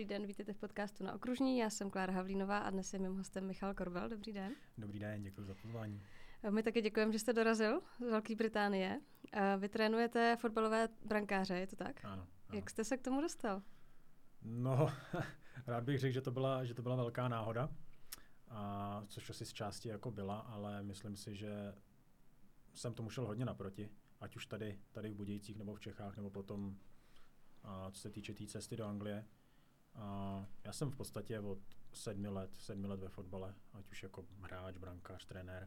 dobrý den, vítejte v podcastu Na okružní. Já jsem Klára Havlínová a dnes je mým hostem Michal Korbel. Dobrý den. Dobrý den, děkuji za pozvání. My taky děkujeme, že jste dorazil z Velké Británie. Vy trénujete fotbalové brankáře, je to tak? Ano. Jak jste se k tomu dostal? No, rád bych řekl, že to byla velká náhoda, což asi z části jako byla, ale myslím si, že jsem tomu šel hodně naproti, ať už tady v Budějcích nebo v Čechách, nebo potom, co se týče té cesty do Anglie. Já jsem v podstatě od 7 let ve fotbale, ať už jako hráč, brankář, trenér.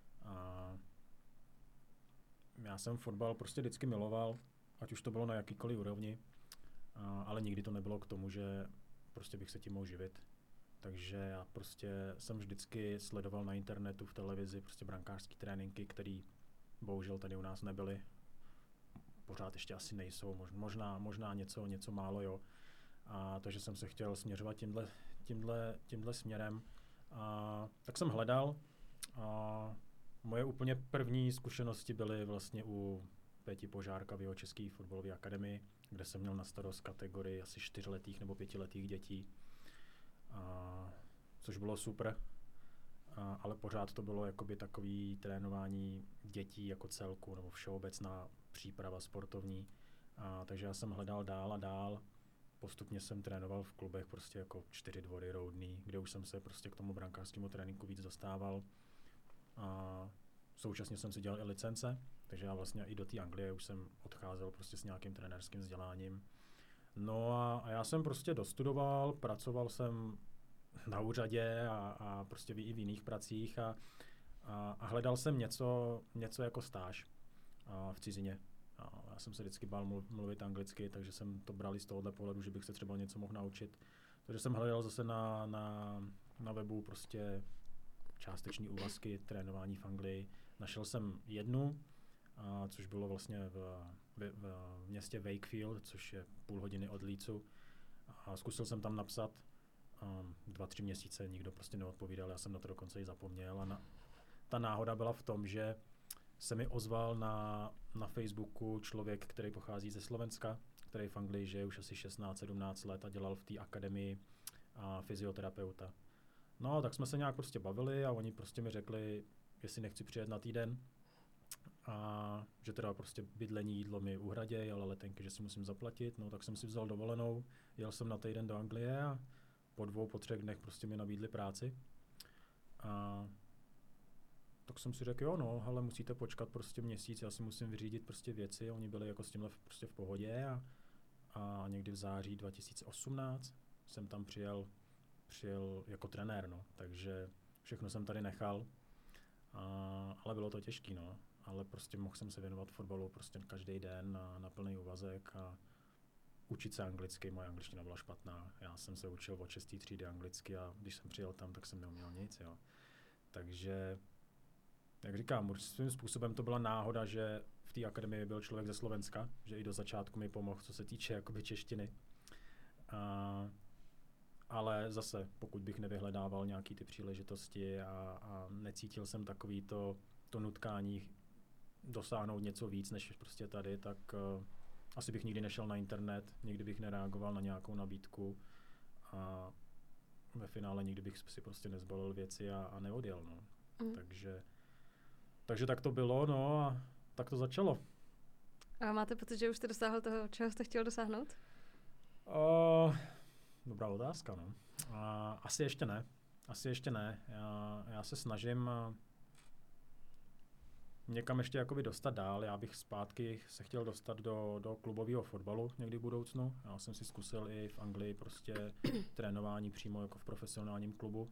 Já jsem fotbal prostě vždycky miloval, ať už to bylo na jakýkoliv úrovni, ale nikdy to nebylo k tomu, že prostě bych se tím mohl živit. Takže já prostě jsem vždycky sledoval na internetu, v televizi prostě brankářský tréninky, který bohužel tady u nás nebyly. Pořád ještě asi nejsou, možná něco málo, jo. Takže jsem se chtěl směřovat tímhle směrem. Tak jsem hledal. Moje úplně první zkušenosti byly vlastně u Péti Požárka v Jihočeské fotbalové akademii, kde jsem měl na starost kategorii asi 4letých nebo 5letých dětí, což bylo super, ale pořád to bylo jakoby takový trénování dětí jako celku nebo všeobecná příprava sportovní, takže já jsem hledal dál a dál. Postupně jsem trénoval v klubech prostě jako 4 Dvory, Roudný, kde už jsem se prostě k tomu brankářskému tréninku víc dostával. Současně jsem si dělal i licence, takže já vlastně i do té Anglie už jsem odcházel prostě s nějakým trenérským vzděláním. No a já jsem prostě dostudoval, pracoval jsem na úřadě a prostě i v jiných pracích a hledal jsem něco jako stáž v cizině. Já jsem se vždycky bál mluvit anglicky, takže jsem to bral i z tohohle pohledu, že bych se třeba něco mohl naučit. Takže jsem hledal zase na webu prostě částeční úvazky, trénování v Anglii. Našel jsem jednu, což bylo vlastně v městě Wakefield, což je půl hodiny od Leedsu. Zkusil jsem tam napsat 2-3 měsíce, nikdo prostě neodpovídal, já jsem na to dokonce i zapomněl. Ta náhoda byla v tom, že se mi ozval na Facebooku člověk, který pochází ze Slovenska, který v Anglii žije už asi 16-17 let a dělal v té akademii fyzioterapeuta. No, tak jsme se nějak prostě bavili a oni prostě mi řekli, jestli nechci přijet na týden a že teda prostě bydlení, jídlo mi uhraděj, ale letenky, že si musím zaplatit. No, tak jsem si vzal dovolenou, jel jsem na týden do Anglie a po 2-3 dnech prostě mi nabídli práci. Tak jsem si řekl, jo no, ale musíte počkat prostě měsíc, já si musím vyřídit prostě věci, oni byli jako s tímhle prostě v pohodě a někdy v září 2018 jsem tam přijel jako trenér, no, takže všechno jsem tady nechal, ale bylo to těžký, no, ale prostě mohl jsem se věnovat fotbalu prostě každý den na plný úvazek a učit se anglicky, moje angličtina byla špatná, já jsem se učil od 6. třídy anglicky a když jsem přijel tam, tak jsem neuměl nic, jo, takže jak říkám, svým způsobem to byla náhoda, že v té akademii byl člověk ze Slovenska, že i do začátku mi pomohl, co se týče jakoby češtiny. Ale zase, pokud bych nevyhledával nějaký ty příležitosti a necítil jsem takový to nutkání dosáhnout něco víc, než prostě tady, tak asi bych nikdy nešel na internet, nikdy bych nereagoval na nějakou nabídku a ve finále nikdy bych si prostě nezbalil věci a neodjel, no. Takže tak to bylo, no a tak to začalo. A máte pocit, že už jste dosáhl toho, čeho jste chtěl dosáhnout? Dobrá otázka, no. Asi ještě ne. Já se snažím někam ještě jakoby dostat dál. Já bych zpátky se chtěl dostat do klubového fotbalu někdy v budoucnu. Já jsem si zkusil i v Anglii prostě trénování přímo jako v profesionálním klubu.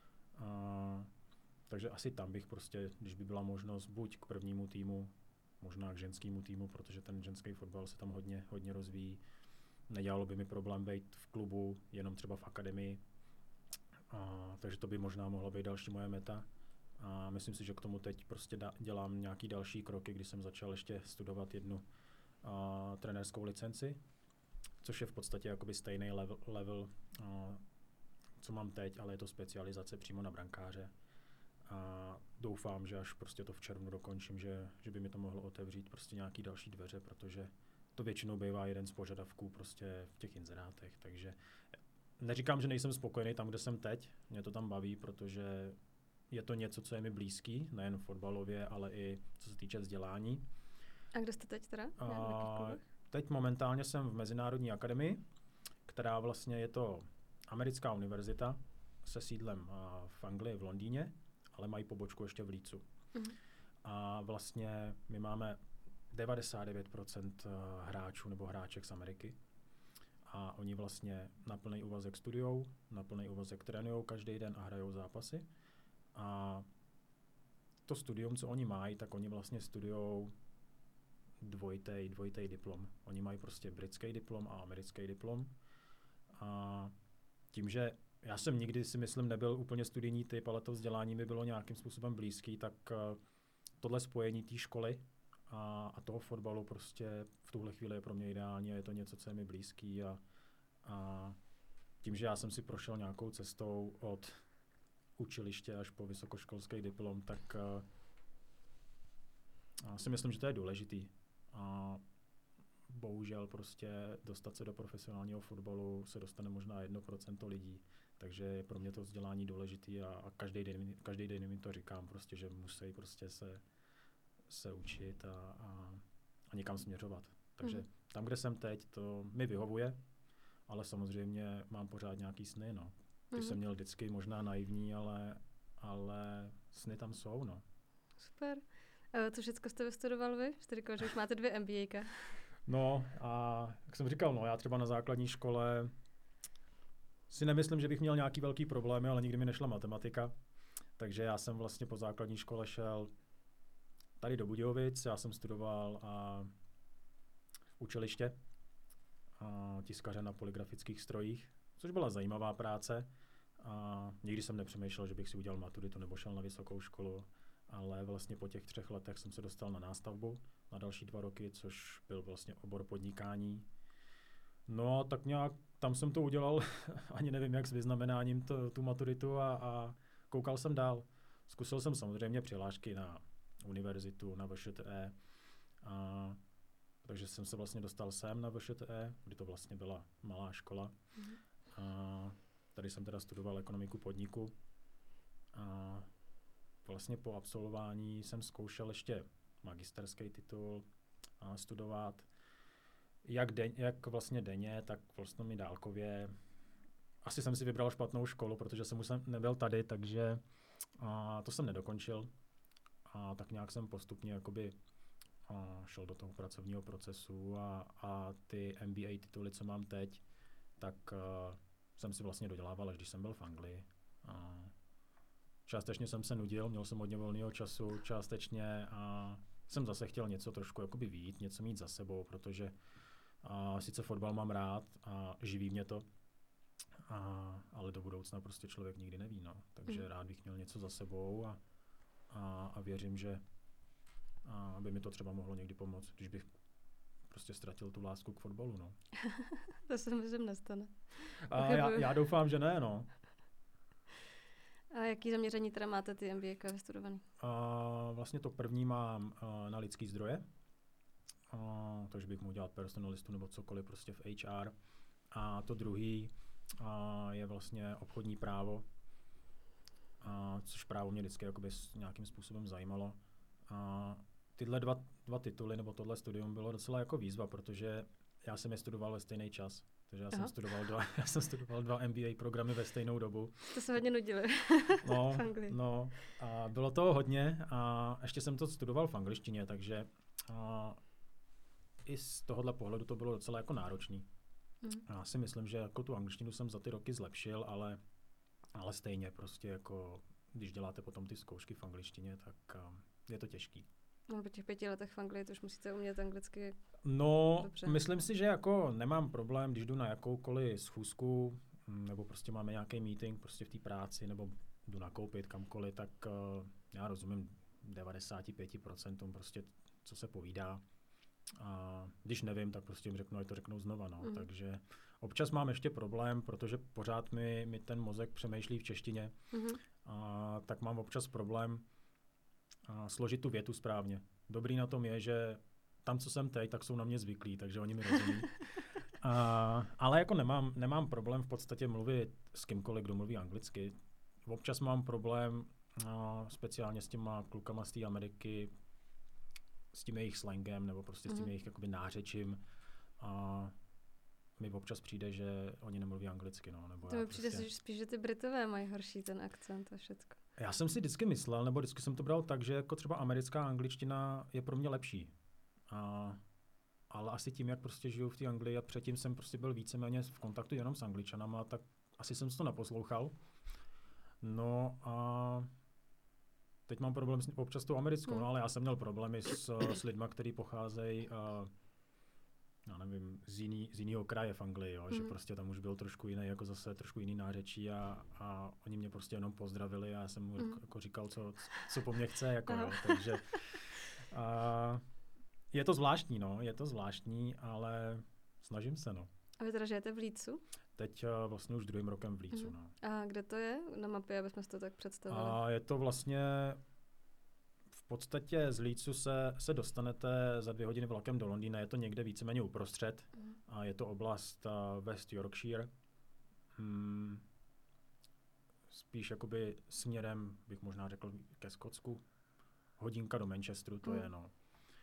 Takže asi tam bych prostě, když by byla možnost buď k prvnímu týmu, možná k ženskému týmu, protože ten ženský fotbal se tam hodně rozvíjí. Nedělalo by mi problém být v klubu, jenom třeba v akademii. Takže to by možná mohla být další moje meta. A myslím si, že k tomu teď prostě dělám nějaký další kroky, kdy jsem začal ještě studovat jednu trenérskou licenci, což je v podstatě jakoby stejný level, co mám teď, ale je to specializace přímo na brankáře. A doufám, že až prostě to v červnu dokončím, že by mi to mohlo otevřít prostě nějaký další dveře, protože to většinou bývá jeden z požadavků prostě v těch inzerátech, takže neříkám, že nejsem spokojený tam, kde jsem teď. Mě to tam baví, protože je to něco, co je mi blízký, nejen fotbalově, ale i co se týče vzdělání. A kde jste teď teda? Teď momentálně jsem v Mezinárodní akademii, která vlastně je to americká univerzita se sídlem v Anglii, v Londýně, ale mají pobočku ještě v Leedsu. A vlastně my máme 99% hráčů nebo hráček z Ameriky. A oni vlastně na plný úvazek studujou, na plný úvazek trénujou každý den a hrajou zápasy. A to studium, co oni mají, tak oni vlastně studujou dvojitý diplom. Oni mají prostě britský diplom a americký diplom. A tím, že já jsem nikdy si myslím nebyl úplně studijní typ, ale to vzdělání mi bylo nějakým způsobem blízký, tak tohle spojení té školy a toho fotbalu prostě v tuhle chvíli je pro mě ideální a je to něco, co je mi blízký a tím, že já jsem si prošel nějakou cestou od učiliště až po vysokoškolský diplom, tak si myslím, že to je důležitý. A bohužel prostě dostat se do profesionálního fotbalu se dostane možná 1% lidí, takže je pro mě to vzdělání důležitý a každý den mi to říkám prostě, že musí prostě se učit a někam směřovat. Takže tam, kde jsem teď, to mi vyhovuje, ale samozřejmě mám pořád nějaký sny, no. Ty jsem měl vždycky možná naivní, ale sny tam jsou, no. Super. Co všechno jste vystudoval vy? Jste říkal, že už máte 2 MBAka. No a jak jsem říkal, no já třeba na základní škole si nemyslím, že bych měl nějaký velký problémy, ale nikdy mi nešla matematika. Takže já jsem vlastně po základní škole šel tady do Budějovic, já jsem studoval v učiliště tiskaře na polygrafických strojích, což byla zajímavá práce. A nikdy jsem nepřemýšlel, že bych si udělal maturitu nebo šel na vysokou školu, ale vlastně po těch 3 letech jsem se dostal na nástavbu na další 2 roky, což byl vlastně obor podnikání. No tak nějak tam jsem to udělal, ani nevím jak s vyznamenáním tu maturitu a koukal jsem dál. Zkusil jsem samozřejmě přihlášky na univerzitu, na VŠTE, takže jsem se vlastně dostal sem na VŠTE, kdy to vlastně byla malá škola. A tady jsem teda studoval ekonomiku podniku a vlastně po absolvování jsem zkoušel ještě magisterský titul studovat jak vlastně denně, tak vlastně dálkově. Asi jsem si vybral špatnou školu, protože jsem už nebyl tady, takže to jsem nedokončil. A tak nějak jsem postupně jakoby šel do toho pracovního procesu a ty MBA tituly, co mám teď, tak jsem si vlastně dodělával, až když jsem byl v Anglii. Částečně jsem se nudil, měl jsem hodně volného času, částečně a jsem zase chtěl něco trošku jakoby vyjít, něco mít za sebou, protože sice fotbal mám rád a živí mě to, ale do budoucna prostě člověk nikdy neví, no. Takže rád bych měl něco za sebou a věřím, že by mi to třeba mohlo někdy pomoct, když bych prostě ztratil tu lásku k fotbalu, no. To se myslím nestane. Já doufám, že ne, no. A jaký zaměření teda máte ty MBA vystudovaný? Vlastně to první mám na lidský zdroje, takže bych mohl dělat personalistu nebo cokoliv prostě v HR. A to druhý je vlastně obchodní právo, což právo mě vždycky jakoby nějakým způsobem zajímalo. Tyhle dva tituly nebo tohle studium bylo docela jako výzva, protože já jsem je studoval ve stejný čas. Takže já jsem studoval 2 MBA programy ve stejnou dobu. To se hodně nudili. No, a bylo toho hodně a ještě jsem to studoval v angličtině, takže i z tohohle pohledu to bylo docela jako náročný. Já si myslím, že jako tu angličtinu jsem za ty roky zlepšil, ale stejně prostě jako, když děláte potom ty zkoušky v angličtině, tak je to těžký. No, po těch 5 letech v Anglii to už musíte umět anglicky. No, dobře. Myslím si, že jako nemám problém, když jdu na jakoukoliv schůzku, nebo prostě máme nějaký meeting prostě v té práci, nebo jdu nakoupit kamkoliv, tak já rozumím 95% prostě, co se povídá. A když nevím, tak prostě jim řeknu, ať to řeknou znova, no. Takže občas mám ještě problém, protože pořád mi ten mozek přemýšlí v češtině, tak mám občas problém složit tu větu správně. Dobrý na tom je, že tam, co jsem teď, tak jsou na mě zvyklí, takže oni mi rozumí. Ale jako nemám problém v podstatě mluvit s kýmkoliv, kdo mluví anglicky. Občas mám problém speciálně s těma klukama z té Ameriky, s tím jejich slangem nebo prostě s tím jejich jakoby nářečím. A mi občas přijde, že oni nemluví anglicky. No, nebo to mi přijde spíš, že ty Britové mají horší ten akcent a všecko. Já jsem si vždycky myslel, nebo vždycky jsem to bral tak, že jako třeba americká angličtina je pro mě lepší. Ale asi tím, jak prostě žiju v té Anglii a předtím jsem prostě byl víceméně v kontaktu jenom s Angličanama, tak asi jsem si to naposlouchal. No a teď mám problém občas s tou americkou, no ale já jsem měl problémy s lidma, kteří pocházejí já nevím, z jiného kraje v Anglii, jo, že prostě tam už byl trošku jiný, jako zase trošku jiný nářečí a oni mě prostě jenom pozdravili a já jsem mu jako říkal, co po mně chce, jako jo, takže je to zvláštní, ale snažím se, no. A vy teda žijete v Leedsu? Teď vlastně už 2. rokem v Leedsu, no. A kde to je na mapě, abychom si to tak představili? A je to vlastně v podstatě z Leedsu se dostanete za 2 hodiny vlakem do Londýna, je to někde víceméně uprostřed a je to oblast West Yorkshire. Spíš jakoby směrem, bych možná řekl, ke Skotsku. Hodinka do Manchesteru to je, no.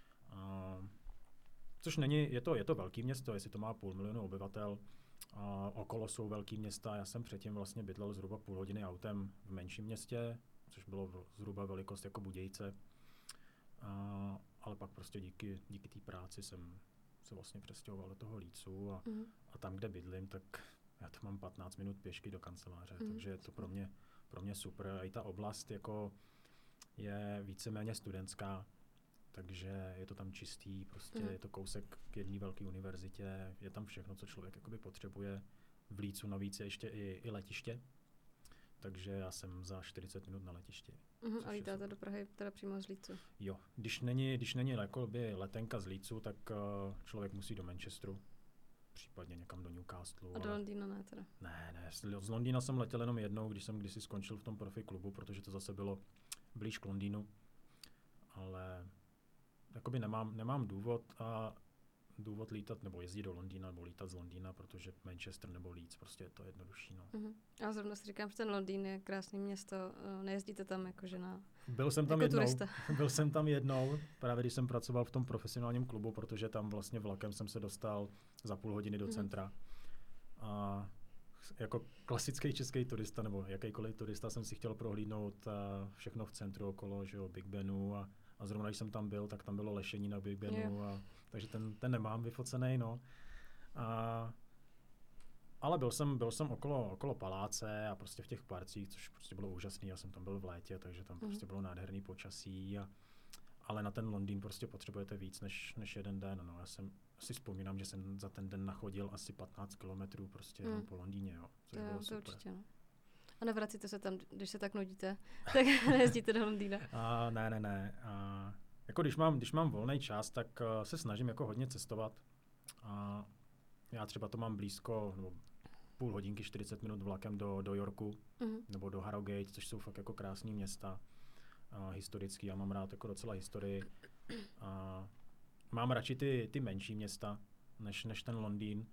Což není, je to velký město, jestli to má 500 000 obyvatel. Okolo jsou velký města, já jsem předtím vlastně bydlel zhruba 0,5 hodiny autem v menším městě, což bylo zhruba velikost jako Budějice. Ale pak prostě díky té práci jsem se vlastně přestěhoval do toho Leedsu a tam, kde bydlím, tak já to mám 15 minut pěšky do kanceláře, takže je to pro mě super. A i ta oblast jako je víceméně studentská, takže je to tam čistý, prostě je to kousek k jedné velké univerzitě, je tam všechno, co člověk jakoby potřebuje. V Leedsu navíc je ještě i letiště, takže já jsem za 40 minut na letišti. A lítáte do Prahy teda přímo z Leedsu? Jo, když není letenka z Leedsu, tak člověk musí do Manchesteru, případně někam do Newcastlu. A do Londýna ne teda? Ne, z Londýna jsem letěl jenom jednou, když jsem kdysi skončil v tom profi klubu, protože to zase bylo blíž k Londýnu, ale jakoby nemám důvod lítat nebo jezdit do Londýna nebo lítat z Londýna, protože Manchester nebo Leeds, prostě je to jednodušší. No. A zrovna si říkám, že ten Londýn je krásné město, nejezdíte tam jakože Byl jsem tam jako turista. Byl jsem tam jednou, právě když jsem pracoval v tom profesionálním klubu, protože tam vlastně vlakem jsem se dostal za 0,5 hodiny do centra. A jako klasický český turista nebo jakýkoliv turista jsem si chtěl prohlídnout všechno v centru okolo, že jo, Big Benu a zrovna když jsem tam byl, tak tam bylo lešení na Big Benu, takže ten nemám vyfocený, no. Ale byl jsem okolo paláce a prostě v těch parcích, což prostě bylo úžasný, já jsem tam byl v létě, takže tam prostě bylo nádherný počasí, ale na ten Londýn prostě potřebujete víc než jeden den, no. Já si vzpomínám, že jsem za ten den nachodil asi 15 kilometrů prostě jenom po Londýně, jo, což bylo super. To určitě, no. A nevracíte se tam, když se tak nudíte, tak nejezdíte do Londýna? Ne. Jako když mám volný čas, tak se snažím jako hodně cestovat. Já třeba to mám blízko, nebo 0,5 hodinky, 40 minut vlakem do Yorku, nebo do Harrogate, což jsou fakt jako krásný města, historický. Já mám rád jako docela historii. Mám radši ty menší města, než ten Londýn.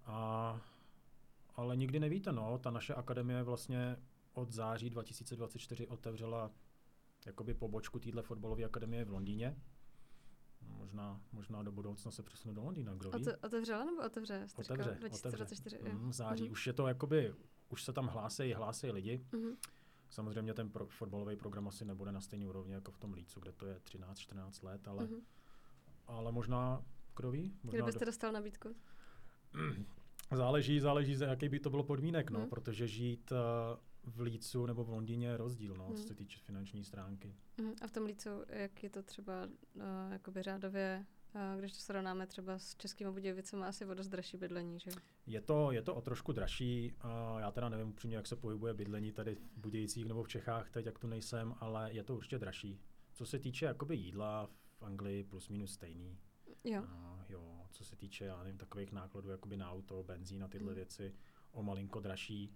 Ale nikdy nevíte, no, ta naše akademie vlastně od září 2024 otevřela jakoby pobočku téhle fotbalové akademie v Londýně. Možná do budoucna se přesunu do Londýna, kdo ví. Otevřela nebo otevře? Otevře. 2024. V září. Už je to jakoby, už se tam hlásí lidi. Samozřejmě ten fotbalový program asi nebude na stejné úrovni jako v tom Leedsu, kde to je 13-14 let, ale možná, kdo ví? Kde byste dostal nabídku? Záleží, za jaký by to bylo podmínek, no, protože žít v Leedsu nebo v Londýně je rozdíl, no, co se týče finanční stránky. A v tom Leedsu, jak je to třeba jakoby řádově, když to srovnáme třeba s Českými Budějovicemi, asi o dost dražší bydlení, že jo? Je to o trošku dražší, já teda nevím upřímně, jak se pohybuje bydlení tady v Budějicích nebo v Čechách, teď jak tu nejsem, ale je to určitě dražší. Co se týče jakoby jídla v Anglii plus minus stejný. Jo, co se týče, já nevím, takových nákladů jakoby na auto, benzín a tyhle věci, o malinko dražší,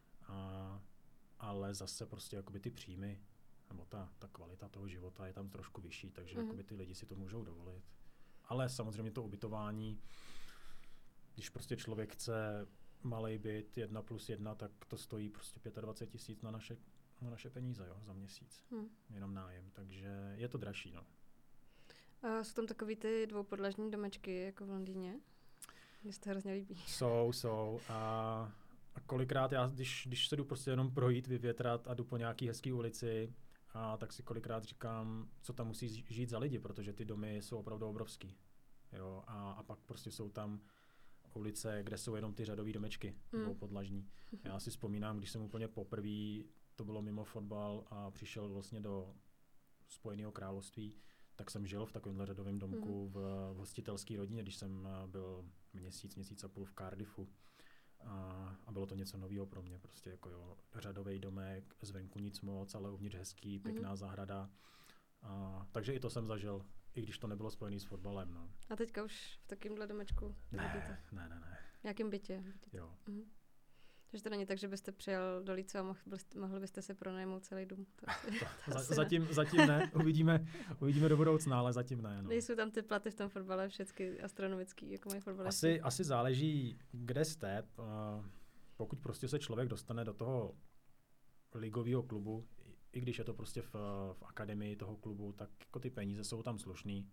ale zase prostě jakoby ty příjmy, nebo ta kvalita toho života je tam trošku vyšší, takže jakoby ty lidi si to můžou dovolit. Ale samozřejmě to ubytování, když prostě člověk chce malej byt 1+1, tak to stojí prostě 25 000 na naše peníze, jo, za měsíc. Jenom nájem, takže je to dražší, no. A jsou tam takový ty dvoupodlažní domečky, jako v Londýně? Mně se to hrozně líbí. Jsou. A kolikrát já, když se jdu prostě jenom projít, vyvětrat a jdu po nějaký hezký ulici, tak si kolikrát říkám, co tam musí žít za lidi, protože ty domy jsou opravdu obrovský. Jo, a pak prostě jsou tam ulice, kde jsou jenom ty řadový domečky, dvoupodlažní. Já si vzpomínám, když jsem úplně poprvé, to bylo mimo fotbal a přišel vlastně do Spojeného království, tak jsem žil v takovémhle řadovém domku v hostitelské rodině, když jsem byl měsíc a půl v Cardiffu. A bylo to něco nového pro mě, prostě jako jo, řadový domek, zvenku nic moc, ale uvnitř hezký, pěkná zahrada. Takže i to jsem zažil, i když to nebylo spojený s fotbalem. No. A teďka už v takovémhle domečku? Ne. V jakém bytě? Jo. Takže to není tak, že byste přijel do Lícu a mohli byste si pronajmout celý dům? Zatím ne, uvidíme do budoucna, ale zatím ne. No. Nejsou tam ty platy v tom fotbale všechny astronomický, jako mají fotbalisti? Asi záleží, kde jste. Pokud prostě se člověk dostane do toho ligového klubu, i když je to prostě v akademii toho klubu, tak jako ty peníze jsou tam slušný.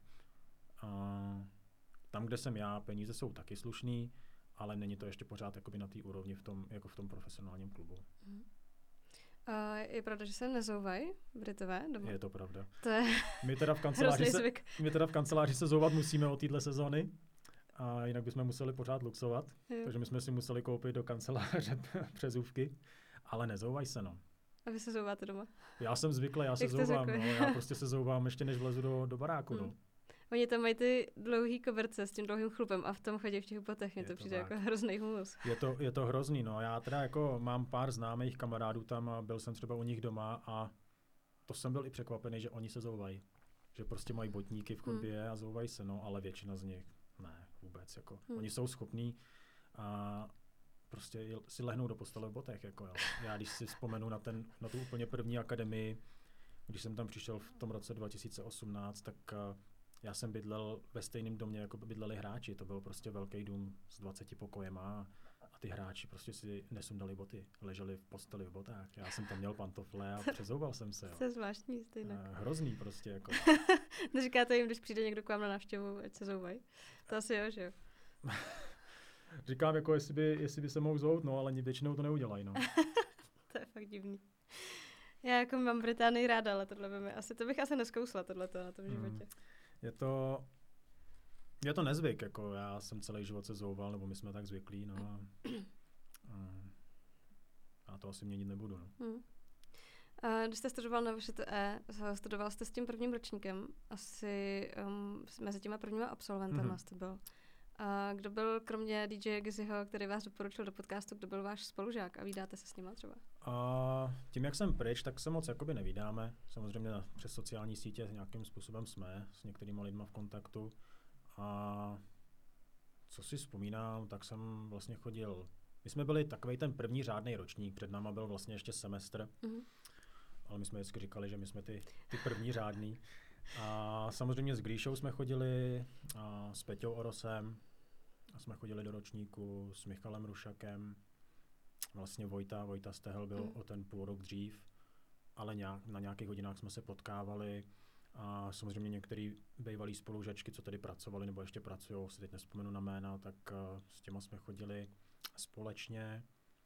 Tam, kde jsem já, peníze jsou taky slušný, ale není to ještě pořád jakoby na té úrovni jako v tom profesionálním klubu. Je pravda, že se nezouvají Britové doma? Je to pravda. To je my teda v kanceláři se zouvat musíme od téhle sezóny, a jinak bychom museli pořád luxovat, takže my jsme si museli koupit do kanceláře přezůvky, ale nezouvají se, no. A vy se zouváte doma? Já jsem zvyklý, já se zouvám, no, já prostě se zouvám ještě než vlezu do baráku, no. Oni tam mají ty dlouhý koberce s tím dlouhým chlupem a v tom chodí v těch botech. Mně to přijde jako hrozný humus. Je to hrozný, no. Já teda jako mám pár známých kamarádů tam a byl jsem třeba u nich doma a to jsem byl i překvapený, že oni se zouvají. Že prostě mají botníky v chodbě a zouvají se, no, ale většina z nich ne, vůbec, jako. Oni jsou schopní a prostě si lehnou do postele v botech, jako jo. Já když si vzpomenu na tu úplně první akademii, když jsem tam přišel v tom roce 2018, tak já jsem bydlel ve stejném domě, jako bydleli hráči. To byl prostě velký dům s 20 pokojema a ty hráči prostě si nesundali boty. Leželi v posteli v botách. Já jsem tam měl pantofle a přezouval jsem se. Jo. To je zvláštní stejně. Hrozný prostě jako. Neříkáte jim, když přijde někdo k vám na návštěvu, ať se zouvají? To asi jo, že jo? Říkám, jako jestli by se mohl zout, no, ale většinou to neudělají, no. To je fakt divný. Já jako mám Británii ráda, ale to bych asi nezkousla tohleto na tom životě. Je to nezvyk, jako já jsem celý život se zouval, nebo my jsme tak zvyklí, no a to asi měnit nebudu, no. Když jste studoval na VŠTE, studoval jste s tím prvním ročníkem, asi mezi těma prvníma absolventama jste byl. A kdo byl, kromě DJ Gizzyho, který vás doporučil do podcastu, kdo byl váš spolužák a vídáte se s nima třeba? Tím, jak jsem pryč, tak se moc jakoby nevídáme. Samozřejmě přes sociální sítě nějakým způsobem jsme s některýma lidma v kontaktu. A co si vzpomínám, tak jsem vlastně chodil. My jsme byli takovej ten první řádnej ročník, před náma byl vlastně ještě semestr. Ale my jsme vždycky říkali, že my jsme ty první řádný. A samozřejmě s Gríšou jsme chodili, a s Peťou Orosem, a jsme chodili do ročníku, s Michalem Rušakem, vlastně Vojta Stehel byl o ten půl rok dřív, ale na nějakých hodinách jsme se potkávali a samozřejmě některý bývalí spolužačky, co tady pracovali nebo ještě pracujou, si teď nevzpomenu na jména, tak s těma jsme chodili společně.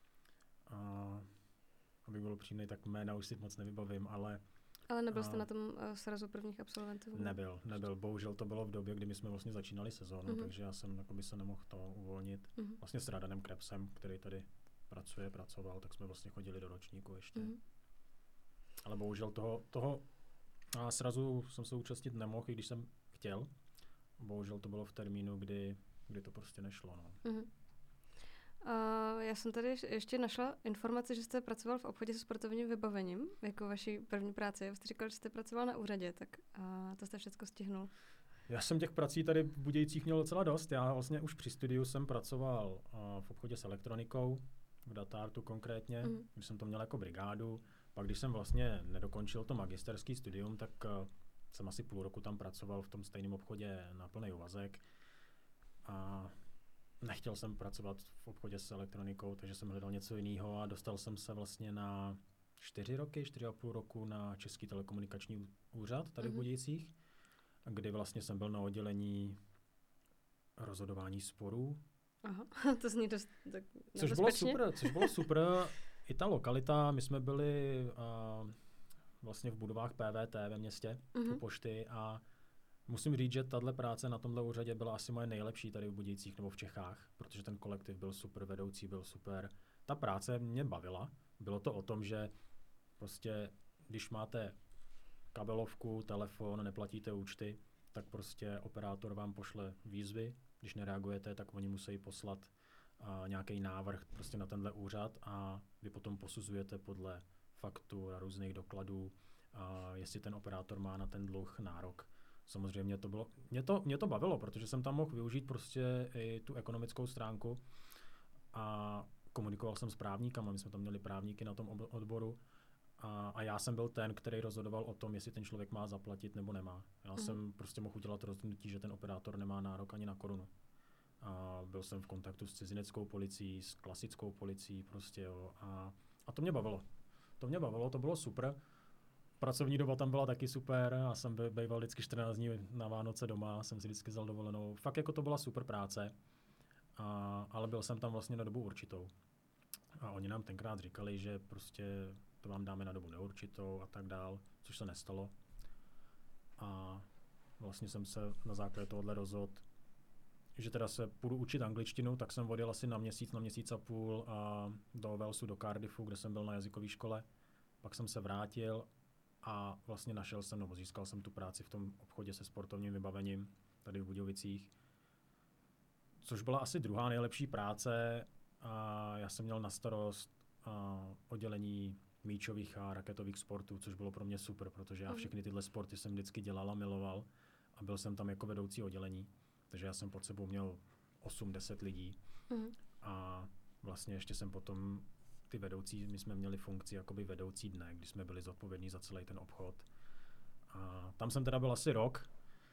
Abych byl upřímnej, tak jména už si moc nevybavím, ale nebyl jste na tom srazu prvních absolventů? Nebyl. Bohužel to bylo v době, kdy my jsme vlastně začínali sezónu, takže já jsem jakoby se nemohl to uvolnit. Vlastně s Radanem Krebsem, který tady pracoval, tak jsme vlastně chodili do ročníku ještě. Ale bohužel toho srazu jsem se účastnit nemohl, i když jsem chtěl. Bohužel to bylo v termínu, kdy to prostě nešlo. No. Já jsem tady ještě našla informaci, že jste pracoval v obchodě se sportovním vybavením, jako vaší první práci. Vy jste říkal, že jste pracoval na úřadě, tak to jste všechno stihnul. Já jsem těch prací tady v Budějcích měl docela dost. Já vlastně už při studiu jsem pracoval v obchodě s elektronikou, v Datartu konkrétně, když jsem to měl jako brigádu. Pak když jsem vlastně nedokončil to magisterský studium, tak jsem asi půl roku tam pracoval v tom stejném obchodě na plný úvazek. nechtěl jsem pracovat v obchodě s elektronikou, takže jsem hledal něco jiného a dostal jsem se vlastně na 4,5 roku na Český telekomunikační úřad tady v Budějcích, kdy vlastně jsem byl na oddělení rozhodování sporů. Aha, to zní dost tak Což bylo super. I ta lokalita, my jsme byli vlastně v budovách PVT ve městě, u pošty a musím říct, že tahle práce na tomhle úřadě byla asi moje nejlepší tady v Budějcích nebo v Čechách, protože ten kolektiv byl super, vedoucí byl super. Ta práce mě bavila. Bylo to o tom, že prostě, když máte kabelovku, telefon, neplatíte účty, tak prostě operátor vám pošle výzvy. Když nereagujete, tak oni musí poslat nějaký návrh prostě na tenhle úřad a vy potom posuzujete podle faktur a různých dokladů, jestli ten operátor má na ten dluh nárok. Samozřejmě to bylo, mě to bavilo, protože jsem tam mohl využít prostě i tu ekonomickou stránku a komunikoval jsem s právníkama, my jsme tam měli právníky na tom odboru a já jsem byl ten, který rozhodoval o tom, jestli ten člověk má zaplatit nebo nemá. Já jsem prostě mohl udělat rozhodnutí, že ten operátor nemá nárok ani na korunu. A byl jsem v kontaktu s cizineckou policií, s klasickou policií prostě, jo, a to mě bavilo. To bylo super. Pracovní doba tam byla taky super, já jsem býval vždycky 14 dní na Vánoce doma, jsem si vždycky vzal dovolenou. Fakt jako to byla super práce, ale byl jsem tam vlastně na dobu určitou. A oni nám tenkrát říkali, že prostě to vám dáme na dobu neurčitou a tak dál, což se nestalo. A vlastně jsem se na základě tohohle rozhodl, že teda se půjdu učit angličtinu, tak jsem odjel asi na měsíc a půl do Walesu, do Cardiffu, kde jsem byl na jazykové škole. Pak jsem se vrátil a vlastně získal jsem tu práci v tom obchodě se sportovním vybavením tady v Budějovicích, což byla asi druhá nejlepší práce. A já jsem měl na starost oddělení míčových a raketových sportů, což bylo pro mě super, protože já všechny tyhle sporty jsem vždycky dělal a miloval a byl jsem tam jako vedoucí oddělení, takže já jsem pod sebou měl 8-10 lidí a vlastně ještě jsem potom ty vedoucí, my jsme měli funkci jakoby vedoucí dne, kdy jsme byli zodpovědní za celý ten obchod. A tam jsem teda byl asi rok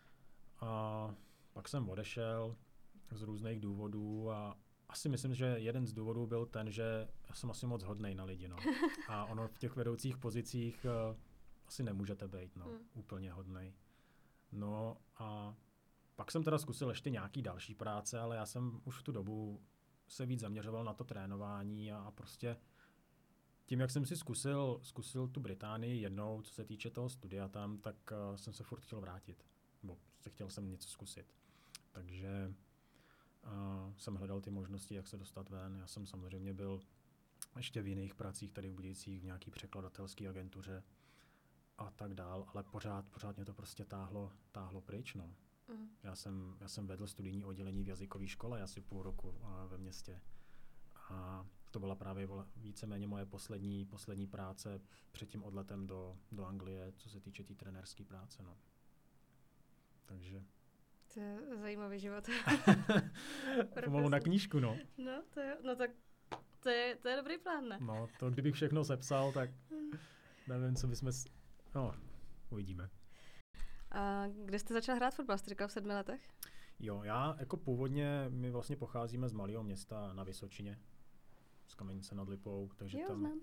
a pak jsem odešel z různých důvodů a asi myslím, že jeden z důvodů byl ten, že já jsem asi moc hodnej na lidi, no. A ono v těch vedoucích pozicích asi nemůžete být, no, úplně hodnej. No a pak jsem teda zkusil ještě nějaký další práce, ale já jsem už v tu dobu se víc zaměřoval na to trénování a prostě tím, jak jsem si zkusil tu Británii jednou, co se týče toho studia tam, tak jsem se furt chtěl vrátit. Nebo chtěl jsem něco zkusit. Takže jsem hledal ty možnosti, jak se dostat ven. Já jsem samozřejmě byl ještě v jiných pracích tady v Budějcích, v nějaký překladatelské agentuře a tak dál, ale pořád mě to prostě táhlo pryč, no. Já jsem vedl studijní oddělení v jazykové škole asi půl roku ve městě. A to byla právě víceméně moje poslední práce před tím odletem do Anglie, co se týče té trenérské práce, no. Takže to je zajímavý život. Pomalu na knížku, no. No tak to je dobrý plán, ne? No, to kdybych všechno sepsal, tak nevím, co bychom... No, uvidíme. A kde jste začal hrát fotbal? Jste říkal v 7 letech? Jo, já jako původně, my vlastně pocházíme z malého města na Vysočině, z Kamenice nad Lipou, takže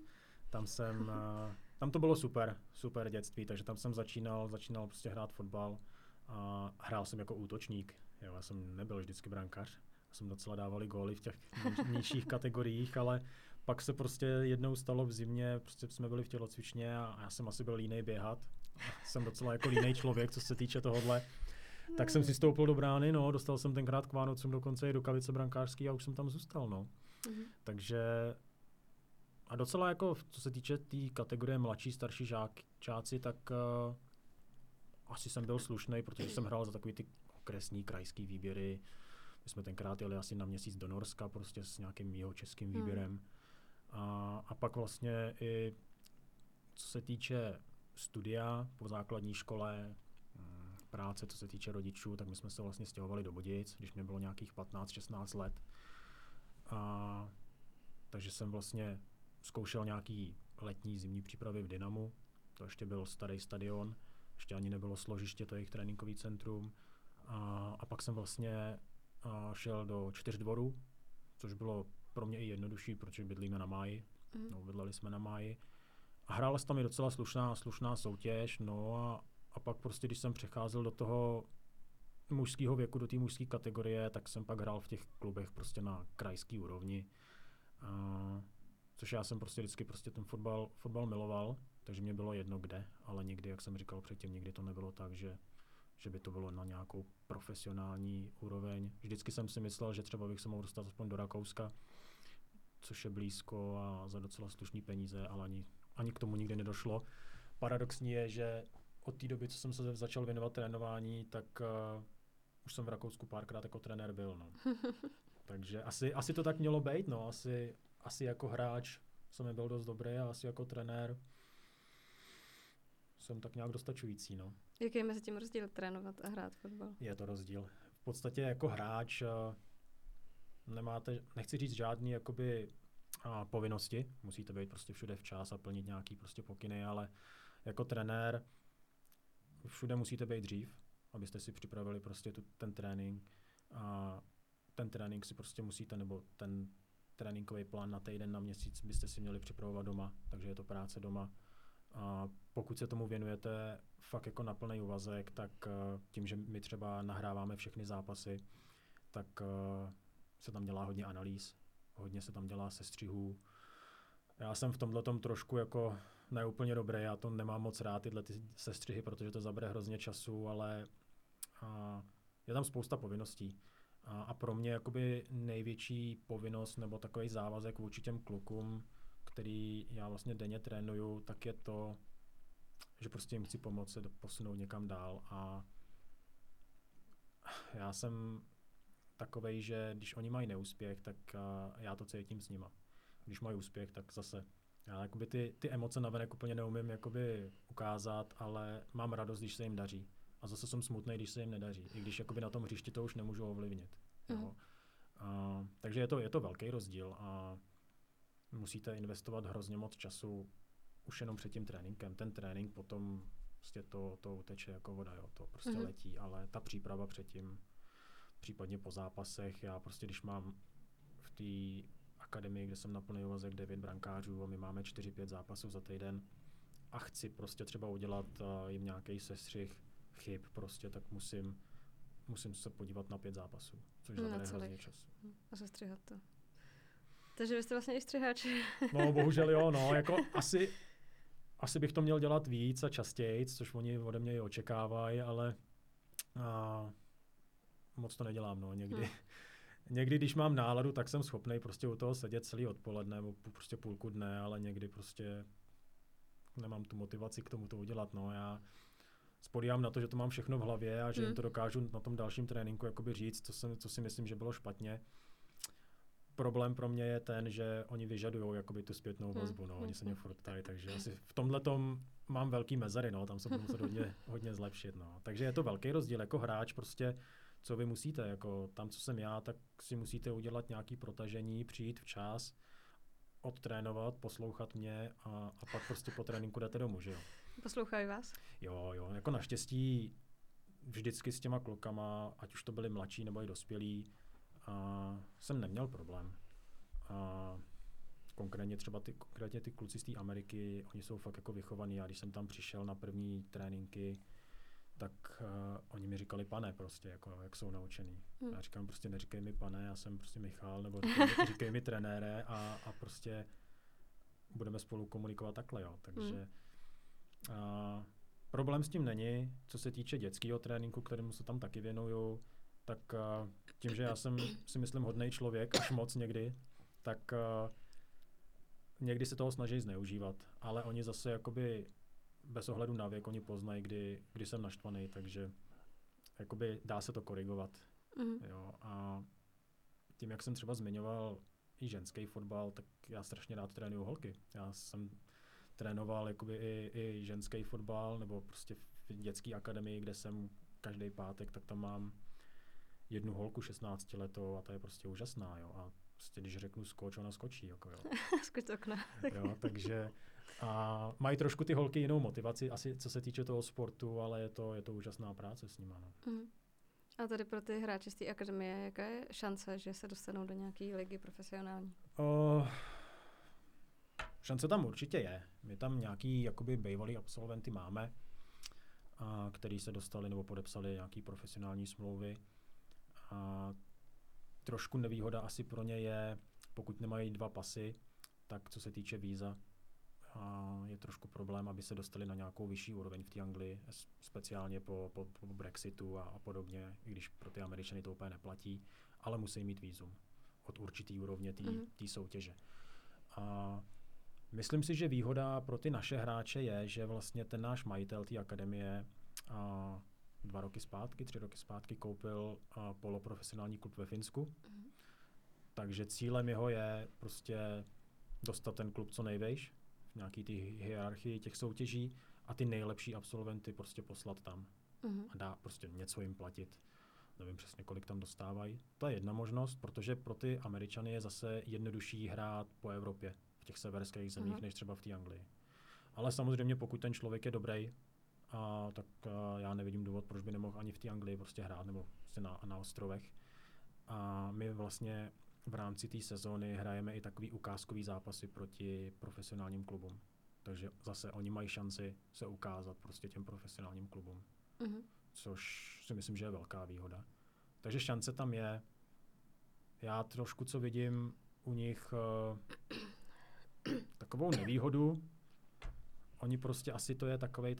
tam to bylo super dětství, takže tam jsem začínal prostě hrát fotbal a hrál jsem jako útočník. Jo, já jsem nebyl vždycky brankář, jsem docela dávali góly v těch nižších kategoriích, ale pak se prostě jednou stalo v zimě, prostě jsme byli v tělocvičně a já jsem asi byl línej běhat. Jsem docela jako línej člověk, co se týče tohohle. Tak jsem si stoupil do brány, no, dostal jsem tenkrát k Vánocům dokonce i rukavice brankářský a už jsem tam zůstal, no. Takže a docela jako, co se týče té kategorie mladší, starší žáci, tak asi jsem byl slušnej, protože jsem hrál za takový ty okresní, krajský výběry. My jsme tenkrát jeli asi na měsíc do Norska, prostě s nějakým jihočeským výběrem. A pak vlastně i, co se týče studia po základní škole, práce, co se týče rodičů, tak my jsme se vlastně stěhovali do Budějic, když mě bylo nějakých 15-16 let. Takže jsem vlastně zkoušel nějaký letní, zimní přípravy v Dynamu. To ještě byl starý stadion, ještě ani nebylo složiště, to jejich tréninkový centrum. A pak jsem vlastně šel do Čtyřdvoru, což bylo pro mě i jednodušší, protože bydlíme na Máji. No, bydleli jsme na Máji. A hrála se tam i docela slušná soutěž, no a pak prostě, když jsem přecházel do toho mužského věku, do té mužské kategorie, tak jsem pak hrál v těch klubech prostě na krajský úrovni. Což já jsem prostě vždycky prostě ten fotbal miloval, takže mě bylo jedno kde, ale nikdy, jak jsem říkal předtím, nikdy to nebylo tak, že by to bylo na nějakou profesionální úroveň. Vždycky jsem si myslel, že třeba bych se mohl dostat aspoň do Rakouska, což je blízko a za docela slušný peníze, ale ani k tomu nikdy nedošlo. Paradoxní je, že od té doby, co jsem se začal věnovat trénování, tak už jsem v Rakousku párkrát jako trenér byl. No. Takže asi to tak mělo být. No. Asi jako hráč jsem nebyl dost dobrý a asi jako trenér jsem tak nějak dostačující. No. Jaký je mezi tím rozdíl trénovat a hrát fotbal? Je to rozdíl. V podstatě jako hráč nemáte, nechci říct žádný jakoby povinnosti, musíte být prostě všude včas a plnit nějaký prostě pokyny, ale jako trenér všude musíte být dřív, abyste si připravili prostě ten trénink a ten trénink si prostě musíte, nebo ten tréninkový plán na týden, na měsíc byste si měli připravovat doma, takže je to práce doma. A pokud se tomu věnujete fakt jako na plný úvazek, tak tím, že my třeba nahráváme všechny zápasy, tak se tam dělá hodně analýz, hodně se tam dělá sestřihů. Já jsem v tomhletom trošku jako neúplně dobrý, já to nemám moc rád, tyhle ty sestřihy, protože to zabere hrozně času, ale je tam spousta povinností. A pro mě jakoby největší povinnost nebo takový závazek vůči těm klukům, který já vlastně denně trénuju, tak je to, že prostě jim chci pomoct se posunout někam dál a já jsem takovej, že když oni mají neúspěch, tak já to cítím s nima. Když mají úspěch, tak zase já jakoby ty emoce navenek úplně neumím jakoby ukázat, ale mám radost, když se jim daří. A zase jsem smutný, když se jim nedaří. I když jakoby na tom hřišti to už nemůžu ovlivnit. Jo. Takže je to velký rozdíl a musíte investovat hrozně moc času už jenom před tím tréninkem. Ten trénink potom prostě to uteče jako voda, jo. To prostě letí, ale ta příprava předtím, případně po zápasech, já prostě když mám v té akademii, kde jsem na plný úvazek 9 brankářů a my máme 4-5 zápasů za týden a chci prostě třeba udělat jim nějaký sestřih chyb prostě, tak musím se podívat na 5 zápasů, což zabere hrozně času. A sestřihat to. Takže vy jste vlastně i střihač. No, bohužel jo, no, jako asi bych to měl dělat víc a častěji, což oni ode mě i očekávají, ale moc to nedělám, no, někdy, když mám náladu, tak jsem schopný prostě u toho sedět celý odpoledne, nebo prostě půlku dne, ale někdy prostě nemám tu motivaci k tomu to udělat, no, já spodívám na to, že to mám všechno v hlavě a že jim to dokážu na tom dalším tréninku jakoby říct, co si myslím, že bylo špatně. Problém pro mě je ten, že oni vyžadujou jakoby tu zpětnou vazbu, no, oni se mě furt ptají, takže asi v tomhletom mám velký mezery, no, tam se budu muset hodně zlepšit, no. Takže je to velký rozdíl, jako hráč prostě, co vy musíte, jako tam, co jsem já, tak si musíte udělat nějaký protažení, přijít včas, odtrénovat, poslouchat mě a pak prostě po tréninku jdete domů, že jo. Poslouchají vás? Jo, jako naštěstí vždycky s těma klukama, ať už to byli mladší nebo i dospělí, jsem neměl problém. Konkrétně třeba ty kluci z té Ameriky, oni jsou fakt jako vychovaní a když jsem tam přišel na první tréninky, tak oni mi říkali pane prostě, jako jak jsou naučený. Já říkám prostě neříkej mi pane, já jsem prostě Michal, nebo říkej mi trenére a prostě budeme spolu komunikovat takhle, jo. Takže problém s tím není, co se týče dětského tréninku, kterému se tam taky věnuju, tak tím, že já jsem si myslím hodnej člověk, až moc někdy, tak někdy se toho snaží zneužívat, ale oni zase jakoby bez ohledu na věk, oni poznají, kdy jsem naštvaný, takže jakoby dá se to korigovat. Jo, a tím, jak jsem třeba zmiňoval i ženský fotbal, tak já strašně rád trénuju holky. Já jsem trénoval jakoby i ženský fotbal, nebo prostě v dětské akademii, kde jsem každý pátek, tak tam mám jednu holku 16 letou a ta je prostě úžasná, jo. A prostě když řeknu skoč, ona skočí, jako jo. Skoč z okna. Jo, takže mají trošku ty holky jinou motivaci, asi co se týče toho sportu, ale je to úžasná práce s nima, no. A tady pro ty hráče z té akademie, jaká je šance, že se dostanou do nějaké ligy profesionální? Šance tam určitě je. My tam nějaký jakoby bývalý absolventy máme, který se dostali nebo podepsali nějaký profesionální smlouvy. A trošku nevýhoda asi pro ně je, pokud nemají 2 pasy, tak co se týče víza, je trošku problém, aby se dostali na nějakou vyšší úroveň v té Anglii, speciálně po Brexitu a podobně, i když pro ty Američany to úplně neplatí, ale musí mít vízum od určitý úrovně té soutěže. A myslím si, že výhoda pro ty naše hráče je, že vlastně ten náš majitel té akademie 3 roky zpátky koupil poloprofesionální klub ve Finsku. Takže cílem jeho je prostě dostat ten klub co nejvejš v nějaký té hierarchii těch soutěží a ty nejlepší absolventy prostě poslat tam. A dá prostě něco jim platit. Nevím přesně, kolik tam dostávají. To je jedna možnost, protože pro ty Američany je zase jednodušší hrát po Evropě v těch severských zemích, než třeba v té Anglii. Ale samozřejmě, pokud ten člověk je dobrý, tak já nevidím důvod, proč by nemohl ani v té Anglii prostě hrát, nebo prostě na ostrovech. A my vlastně v rámci té sezóny hrajeme i takový ukázkový zápasy proti profesionálním klubům. Takže zase oni mají šanci se ukázat prostě těm profesionálním klubům. Což si myslím, že je velká výhoda. Takže šance tam je. Já trošku, co vidím u nich takovou nevýhodu. Oni prostě asi to je takovej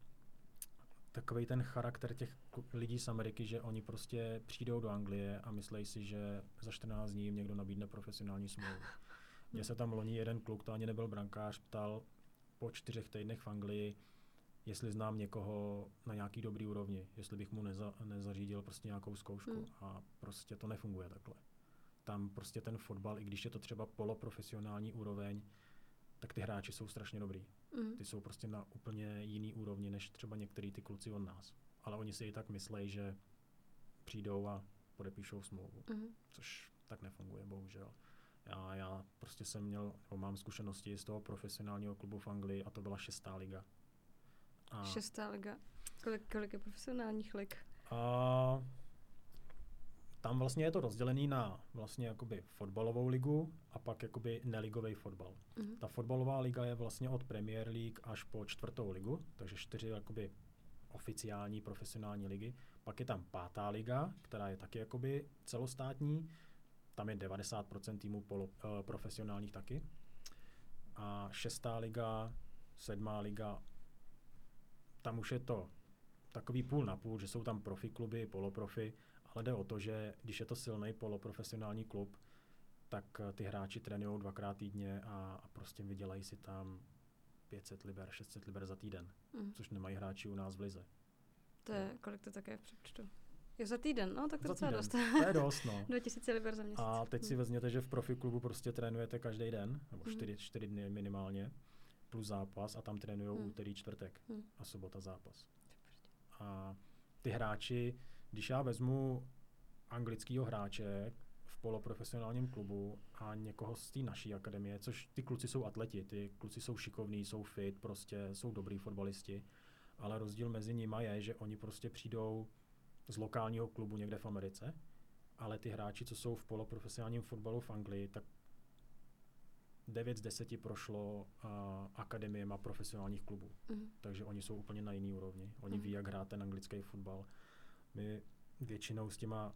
ten charakter těch lidí z Ameriky, že oni prostě přijdou do Anglie a myslí si, že za 14 dní jim někdo nabídne profesionální smlouvu. Mně se tam loni jeden kluk, to ani nebyl brankář, ptal po 4 týdnech v Anglii, jestli znám někoho na nějaký dobrý úrovni, jestli bych mu nezařídil prostě nějakou zkoušku. A prostě to nefunguje takhle. Tam prostě ten fotbal, i když je to třeba poloprofesionální úroveň, tak ty hráči jsou strašně dobrý. Ty jsou prostě na úplně jiný úrovni, než třeba některý ty kluci od nás. Ale oni si i tak myslejí, že přijdou a podepíšou smlouvu. Což tak nefunguje, bohužel. Já prostě mám zkušenosti z toho profesionálního klubu v Anglii a to byla 6. liga. 6. liga? Kolik je profesionálních lig? Tam vlastně je to rozdělený na vlastně jakoby fotbalovou ligu a pak jakoby neligový fotbal. Ta fotbalová liga je vlastně od Premier League až po 4. ligu, takže 4 jakoby oficiální profesionální ligy. Pak je tam 5. liga, která je taky jakoby celostátní. Tam je 90% týmů profesionálních taky. A 6. liga, 7. liga, tam už je to takový půl na půl, že jsou tam profi kluby, poloprofi, ale jde o to, že když je to silný poloprofesionální klub, tak ty hráči trénují 2krát týdně a prostě vydělají si tam 500 liber, 600 liber za týden, což nemají hráči u nás v lize. To je, kolik to také v přepočtu? Je za týden, no tak to docela dost. To je dost, no. 2000 liber za měsíc. A teď si vezměte, že v profi klubu prostě trénujete každý den, nebo 4 dny minimálně, plus zápas a tam trénujou úterý, čtvrtek a sobota zápas. A ty hráči, když já vezmu anglického hráče v poloprofesionálním klubu a někoho z té naší akademie, což ty kluci jsou atleti, ty kluci jsou šikovní, jsou fit, prostě jsou dobrý fotbalisti, ale rozdíl mezi nimi je, že oni prostě přijdou z lokálního klubu někde v Americe, ale ty hráči, co jsou v poloprofesionálním fotbalu v Anglii, tak 9 z 10 prošlo akademiema profesionálních klubů. Takže oni jsou úplně na jiný úrovni. Oni ví, jak hrát ten anglický fotbal. My většinou s těma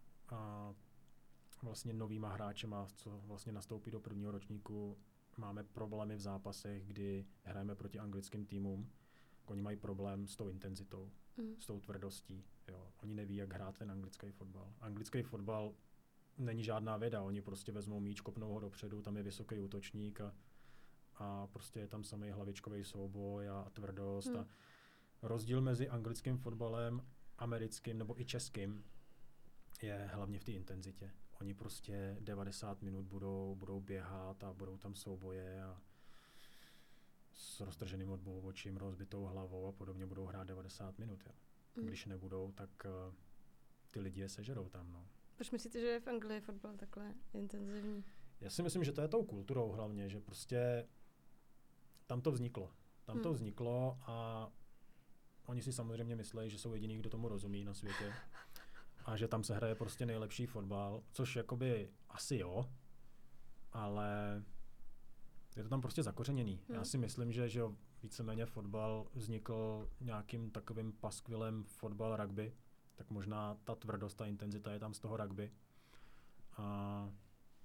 vlastně novýma hráčema, co vlastně nastoupí do prvního ročníku, máme problémy v zápasech, kdy hrajeme proti anglickým týmům. Oni mají problém s tou intenzitou, s tou tvrdostí. Jo. Oni neví, jak hrát ten anglický fotbal. Anglický fotbal není žádná věda, oni prostě vezmou míč, kopnou ho dopředu, tam je vysoký útočník a prostě je tam samý hlavičkový souboj a tvrdost. A rozdíl mezi anglickým fotbalem, americkým nebo i českým je hlavně v té intenzitě. Oni prostě 90 minut budou běhat a budou tam souboje a s roztrženým očím, rozbitou hlavou a podobně budou hrát 90 minut. Jo. Když nebudou, tak ty lidi je sežerou tam. No. Proč myslíte, že je v Anglii fotbal takhle intenzivní? Já si myslím, že to je tou kulturou hlavně, že prostě tam to vzniklo. Tam to vzniklo a oni si samozřejmě myslí, že jsou jediní, kdo tomu rozumí na světě. a že tam se hraje prostě nejlepší fotbal, což jakoby asi jo, ale je to tam prostě zakořeněný. Já si myslím, že jo, víceméně fotbal vznikl nějakým takovým paskvilem fotbal rugby, tak možná ta tvrdost, ta intenzita je tam z toho rugby. A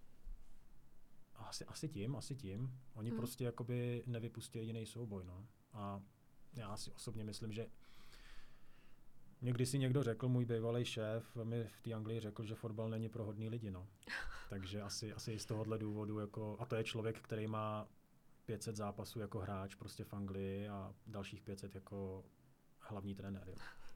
asi tím. Oni prostě jakoby nevypustí jediný souboj, no. A já si osobně myslím, že někdy si někdo řekl, můj bývalý šéf mi v té Anglii řekl, že fotbal není pro hodný lidi, no. Takže asi i z tohohle důvodu, jako, a to je člověk, který má 500 zápasů jako hráč prostě v Anglii a dalších 500 jako hlavní trenér, jo.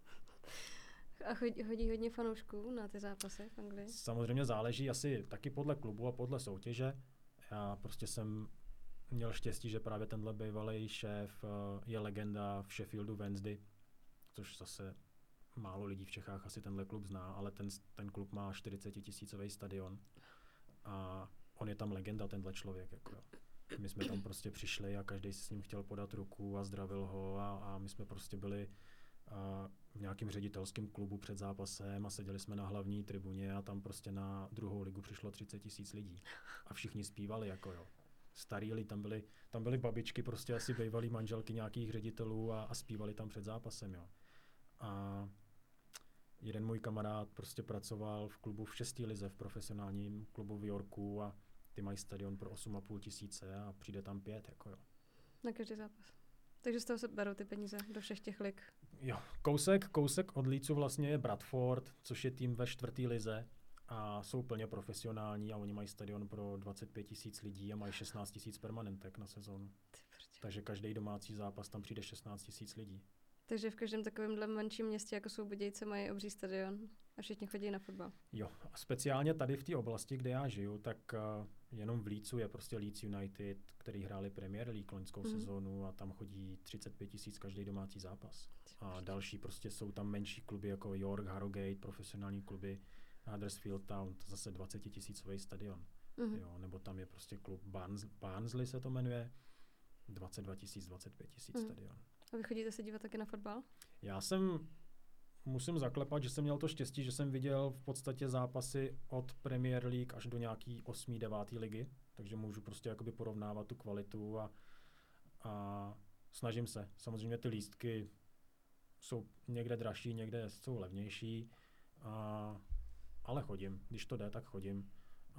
A chodí hodně fanoušků na ty zápasy v Anglii? Samozřejmě záleží asi taky podle klubu a podle soutěže. Já prostě jsem měl štěstí, že právě tenhle bývalý šéf je legenda v Sheffieldu Wednesday, což zase málo lidí v Čechách asi tenhle klub zná, ale ten klub má 40 000 stadion a on je tam legenda, tenhle člověk. Jako jo. My jsme tam prostě přišli a každý si s ním chtěl podat ruku a zdravil ho a my jsme prostě byli v nějakém ředitelském klubu před zápasem a seděli jsme na hlavní tribuně a tam prostě na druhou ligu přišlo 30 000 lidí a všichni zpívali, jako jo. Starý lidi, tam byly babičky, prostě asi bývalý manželky nějakých ředitelů a zpívali tam před zápasem, jo. A jeden můj kamarád prostě pracoval v klubu v 6. lize, v profesionálním klubu v Yorku a ty mají stadion pro 8 500 a přijde tam 5, jako jo. Na každý zápas. Takže z toho se berou ty peníze do všech těch lig. Jo, kousek od Leedsu vlastně je Bradford, což je tým ve 4. lize a jsou plně profesionální a oni mají stadion pro 25 000 lidí a mají 16 000 permanentek na sezónu. Takže každý domácí zápas tam přijde 16 000 lidí. Takže v každém takovémhle menším městě, jako jsou Budějce, mají obří stadion a všichni chodí na fotbal. Jo, a speciálně tady v té oblasti, kde já žiju, tak jenom v Leedsu je prostě Leeds United, který hráli Premier League loňskou sezónu a tam chodí 35 000 každý domácí zápas. A další prostě jsou tam menší kluby jako York, Harrogate, profesionální kluby, Huddersfield Town, to zase 20 000 stadion. Jo, nebo tam je prostě klub Barnsley se to jmenuje, 22 000, 25 000 stadion. A vy chodíte se dívat taky na fotbal? Musím zaklepat, že jsem měl to štěstí, že jsem viděl v podstatě zápasy od Premier League až do nějaký 8., 9. ligy, takže můžu prostě jakoby porovnávat tu kvalitu a snažím se. Samozřejmě ty lístky jsou někde dražší, někde jsou levnější, ale chodím. Když to jde, tak chodím.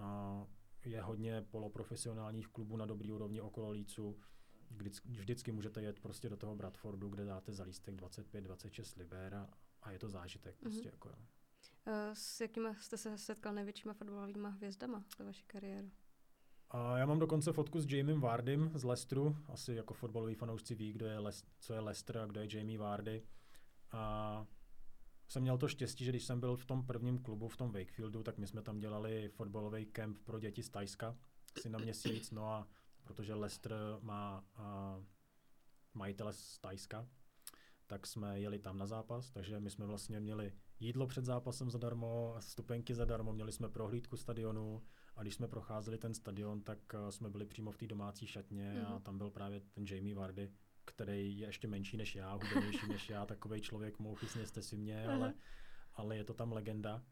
Je hodně poloprofesionálních klubů na dobrý úrovni okolo Leedsu. Vždycky můžete jet prostě do toho Bradfordu, kde dáte za lístek 25-26 liber a je to zážitek. Prostě jako, jo. S jakýma jste se setkal největšíma fotbalovými hvězdama za vaši kariéru? Já mám dokonce fotku s Jamiem Vardym z Leicesteru. Asi jako fotbaloví fanoušci ví, co je Leicester a kdo je Jamie Vardy. A jsem měl to štěstí, že když jsem byl v tom prvním klubu, v tom Wakefieldu, tak my jsme tam dělali fotbalový kemp pro děti z Thajska, asi na měsíc. No a protože Leicester má majitele z Thajska, tak jsme jeli tam na zápas, takže my jsme vlastně měli jídlo před zápasem zadarmo, vstupenky zadarmo, měli jsme prohlídku stadionu a když jsme procházeli ten stadion, tak jsme byli přímo v té domácí šatně a tam byl právě ten Jamie Vardy, který je ještě menší než já, hubenější než já, takovej člověk, mouchy sněste si mě, ale je to tam legenda.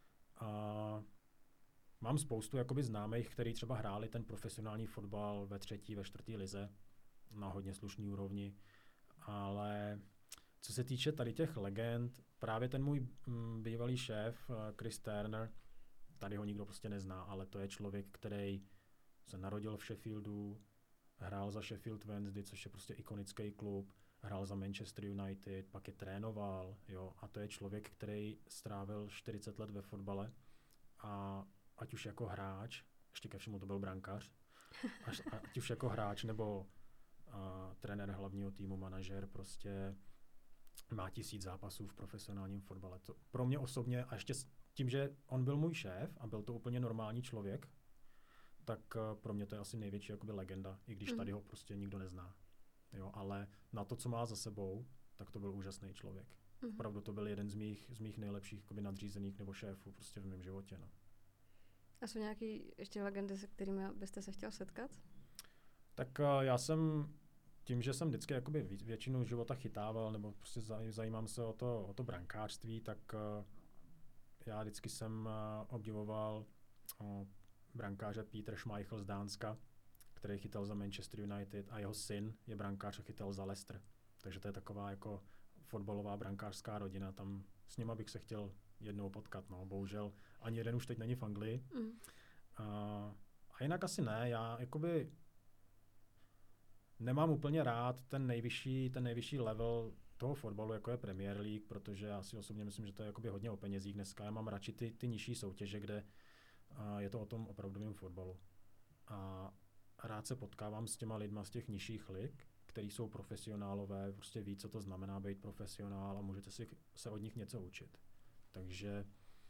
A mám spoustu jakoby známých, kteří třeba hráli ten profesionální fotbal ve 3., ve 4. lize na hodně slušný úrovni, ale co se týče tady těch legend, právě ten můj bývalý šéf Chris Turner, tady ho nikdo prostě nezná, ale to je člověk, který se narodil v Sheffieldu, hrál za Sheffield Wednesday, což je prostě ikonický klub, hrál za Manchester United, pak je trénoval, jo, a to je člověk, který strávil 40 let ve fotbale a ať už jako hráč, ještě ke všemu to byl brankář, ať už jako hráč nebo trenér hlavního týmu, manažer, prostě má 1000 zápasů v profesionálním fotbale. To pro mě osobně, a ještě tím, že on byl můj šéf a byl to úplně normální člověk, tak pro mě to je asi největší jakoby legenda, i když tady ho prostě nikdo nezná. Jo, ale na to, co má za sebou, tak to byl úžasný člověk. Opravdu to byl jeden z mých nejlepších jakoby nadřízených nebo šéfů prostě v mém životě. No. A jsou nějaký ještě legendy, se kterými byste se chtěl setkat? Tak já jsem, tím, že jsem vždycky jakoby většinu života chytával, nebo prostě zajímám se o to brankářství, tak já vždycky jsem obdivoval brankáře Peter Schmeichel z Dánska, který chytal za Manchester United a jeho syn je brankář a chytal za Leicester. Takže to je taková jako fotbalová brankářská rodina. Tam s nima bych se chtěl jednou potkat. No. Bohužel ani jeden už teď není v Anglii. A jinak asi ne. Já jakoby nemám úplně rád ten nejvyšší level toho fotbalu, jako je Premier League, protože já si osobně myslím, že to je jakoby hodně o penězích dneska. Já mám radši ty nižší soutěže, kde je to o tom opravdovém fotbalu. A rád se potkávám s těma lidma z těch nižších lig, který jsou profesionálové, prostě ví, co to znamená být profesionál a můžete si se od nich něco učit. Takže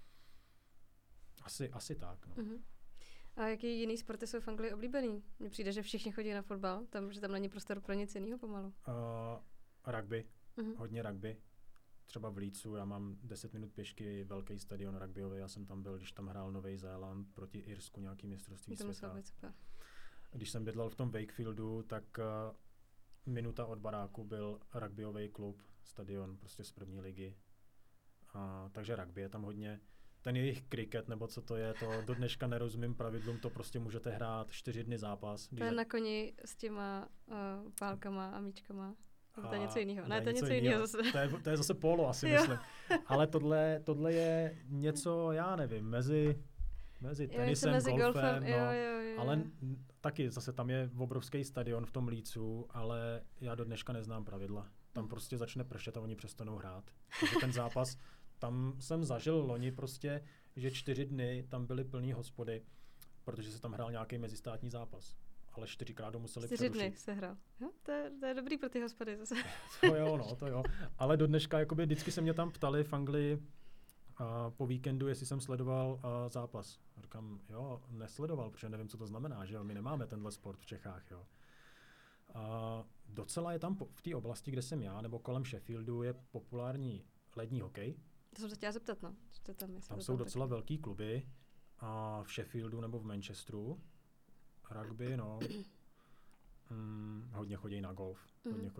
asi tak. No. Uh-huh. A jaký jiný sporty jsou v Anglii oblíbený? Mně přijde, že všichni chodí na fotbal, že tam není prostor pro nic jiného pomalu. Rugby. Hodně rugby. Třeba v Leedsu, já mám 10 minut pěšky, velký stadion rugbyový, já jsem tam byl, když tam hrál Nový Zéland proti Irsku, nějaký mistrovství světa. Když jsem bydlel v tom Wakefieldu, tak minuta od baráku byl rugbyový klub, stadion prostě z první ligy. Takže rugby je tam hodně. Ten jejich kriket, nebo co to je, to do dneška nerozumím pravidlům, to prostě můžete hrát 4 dny zápas. To je na koni s těma pálkama a míčkama. To je něco jiného. Ne, to je něco jiného zase. To je zase polo asi, myslím. Ale tohle je něco, já nevím, mezi tenisem, mezi golfem. No, jo. Ale taky zase tam je obrovský stadion v tom Leedsu, ale já do dneška neznám pravidla. Tam prostě začne pršet a oni přestanou hrát. Takže ten zápas, tam jsem zažil loni prostě, že 4 dny tam byly plný hospody, protože se tam hrál nějaký mezistátní zápas. Ale 4krát ho museli přerušit. 4 dny se hrál. Jo, to je dobrý pro ty hospody zase. To jo. Ale do dneška jakoby vždycky se mě tam ptali v Anglii po víkendu, jestli jsem sledoval zápas. Říkám, nesledoval, protože nevím, co to znamená, že jo, my nemáme tenhle sport v Čechách, jo. Docela je tam v té oblasti, kde jsem já, nebo kolem Sheffieldu, je populární lední hokej. To jsem se chtěla zeptat, no. Tam jsou docela velký kluby v Sheffieldu nebo v Manchesteru. Rugby, no. Hodně chodí na golf.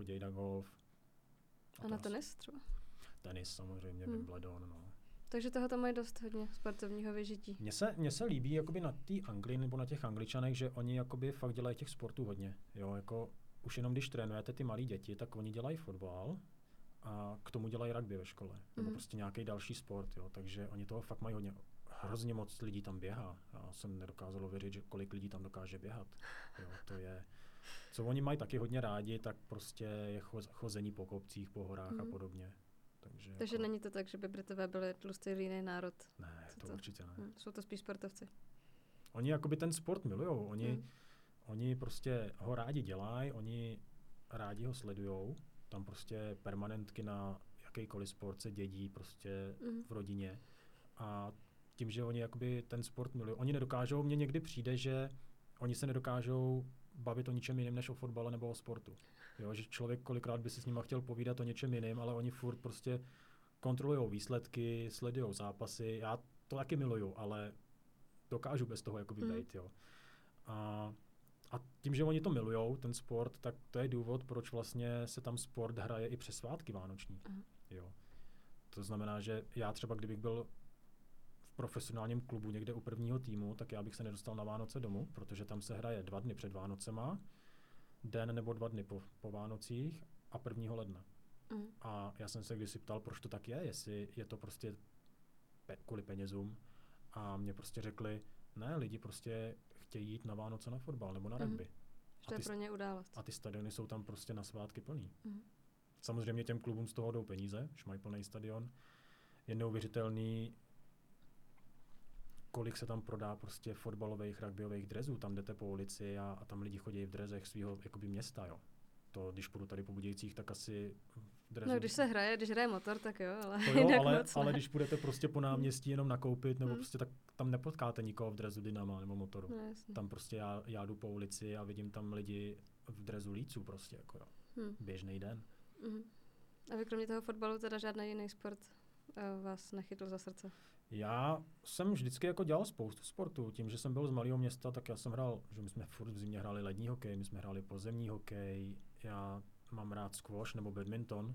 A na tenis třeba? Tenis samozřejmě, Wimbledon, no. Takže toho tam mají dost hodně sportovního vyžití. Mně se líbí jakoby na té Anglii nebo na těch Angličanech, že oni jakoby fakt dělají těch sportů hodně. Jo, jako už jenom když trénujete ty malí děti, tak oni dělají fotbal a k tomu dělají rugby ve škole. Nebo prostě nějaký další sport, jo. Takže oni toho fakt mají hodně. Hrozně moc lidí tam běhá. Já jsem nedokázal uvěřit, že kolik lidí tam dokáže běhat. Jo, to je, co oni mají taky hodně rádi, tak prostě je chození po kopcích, po horách a podobně. Takže jako není to tak, že by Britové byli tlustý líný národ? Ne, to určitě ne. Jsou to spíš sportovci. Oni jakoby ten sport milujou. Oni prostě ho rádi dělají, oni rádi ho sledujou. Tam prostě permanentky na jakýkoliv sport se dědí prostě v rodině. A tím, že oni jakoby ten sport milují. Oni nedokážou, mně někdy přijde, že oni se nedokážou bavit o ničem jiném než o fotbale nebo o sportu. Jo, že člověk kolikrát by si s nima chtěl povídat o něčem jiném, ale oni furt prostě kontrolujou výsledky, sledujou zápasy. Já to taky miluju, ale dokážu bez toho jakoby bejt, jo. A tím, že oni to milujou, ten sport, tak to je důvod, proč vlastně se tam sport hraje i přes svátky vánoční. Jo. To znamená, že já třeba, kdybych byl v profesionálním klubu někde u prvního týmu, tak já bych se nedostal na Vánoce domů, protože tam se hraje 2 dny před Vánocema, den nebo 2 dny po Vánocích a 1. ledna. A já jsem se kdysi ptal, proč to tak je, jestli je to prostě kvůli penězům. A mě prostě řekli, ne, lidi prostě chtějí jít na Vánoce na fotbal nebo na rugby. To je pro ně událost. A ty stadiony jsou tam prostě na svátky plný. Samozřejmě těm klubům z toho jdou peníze, už mají plný stadion. Je neuvěřitelný, kolik se tam prodá prostě fotbalových, rugbyových drezů. Tam jdete po ulici a tam lidi chodí v drezech svého jakoby města, jo. To, když půjdu tady po Budějcích, tak asi drezu... No, když hraje motor, tak jo, ale to jo, ale když půjdete prostě po náměstí jenom nakoupit, nebo prostě tak tam nepotkáte nikoho v drezu Dynama nebo motoru. No, tam prostě já jdu po ulici a vidím tam lidi v drezu Leedsu prostě, jako jo. Běžný den. A vy kromě toho fotbalu teda žádný jiný sport vás nechytl za srdce? Já jsem vždycky jako dělal spoustu sportů. Tím, že jsem byl z malého města, tak já jsem hrál, že my jsme furt v zimě hráli lední hokej, my jsme hráli pozemní hokej, já mám rád squash nebo badminton,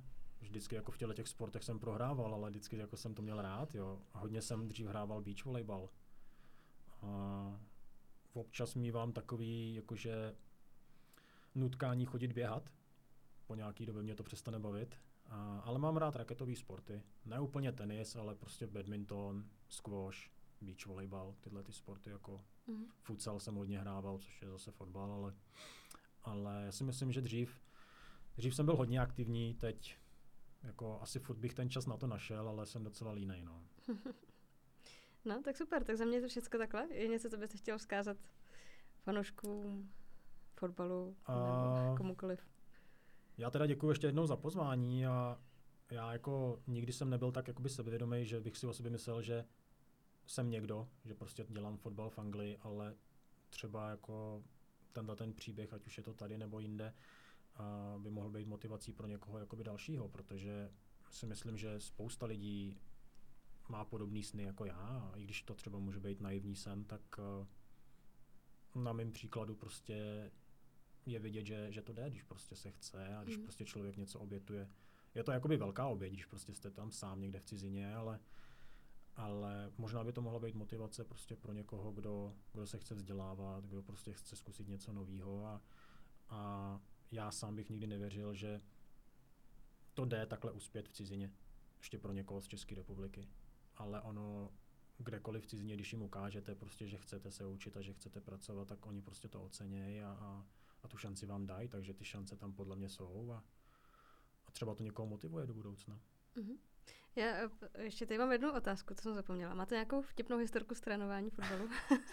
vždycky jako v těch sportech jsem prohrával, ale vždycky jako jsem to měl rád, jo. Hodně jsem dřív hrával beach volejbal. A občas mívám takový, jakože nutkání chodit běhat. Po nějaký době mě to přestane bavit. Ale mám rád raketové sporty. Ne úplně tenis, ale prostě badminton, squash, beach volejbal, tyhle ty sporty jako futsal jsem hodně hrával, což je zase fotbal, ale já si myslím, že dřív jsem byl hodně aktivní, teď jako asi furt bych ten čas na to našel, ale jsem docela línej, no. No, tak super, tak za mě je to všecko takhle. Je něco, co byste chtěl vzkázat fanouškům fotbalu nebo komukoliv? Já teda děkuji ještě jednou za pozvání a já jako nikdy jsem nebyl tak jakoby sebevědomý, že bych si o sobě myslel, že jsem někdo, že prostě dělám fotbal v Anglii, ale třeba jako ten příběh, ať už je to tady nebo jinde, by mohl být motivací pro někoho jakoby dalšího, protože si myslím, že spousta lidí má podobný sny jako já, a i když to třeba může být naivní sen, tak na mém příkladu prostě je vidět, že to jde, když prostě se chce a když prostě člověk něco obětuje. Je to jakoby velká oběť, když prostě jste tam sám někde v cizině, ale možná by to mohla být motivace prostě pro někoho, kdo se chce vzdělávat, kdo prostě chce zkusit něco nového a já sám bych nikdy nevěřil, že to jde takhle uspět v cizině, ještě pro někoho z České republiky. Ale ono, kdekoliv v cizině, když jim ukážete prostě, že chcete se učit a že chcete pracovat, tak oni prostě to ocenějí a tu šanci vám dají, takže ty šance tam podle mě jsou a třeba to někoho motivuje do budoucna. Mm-hmm. Já ještě tady mám jednu otázku, co jsem zapomněla. Máte nějakou vtipnou historku z trénování fotbalu?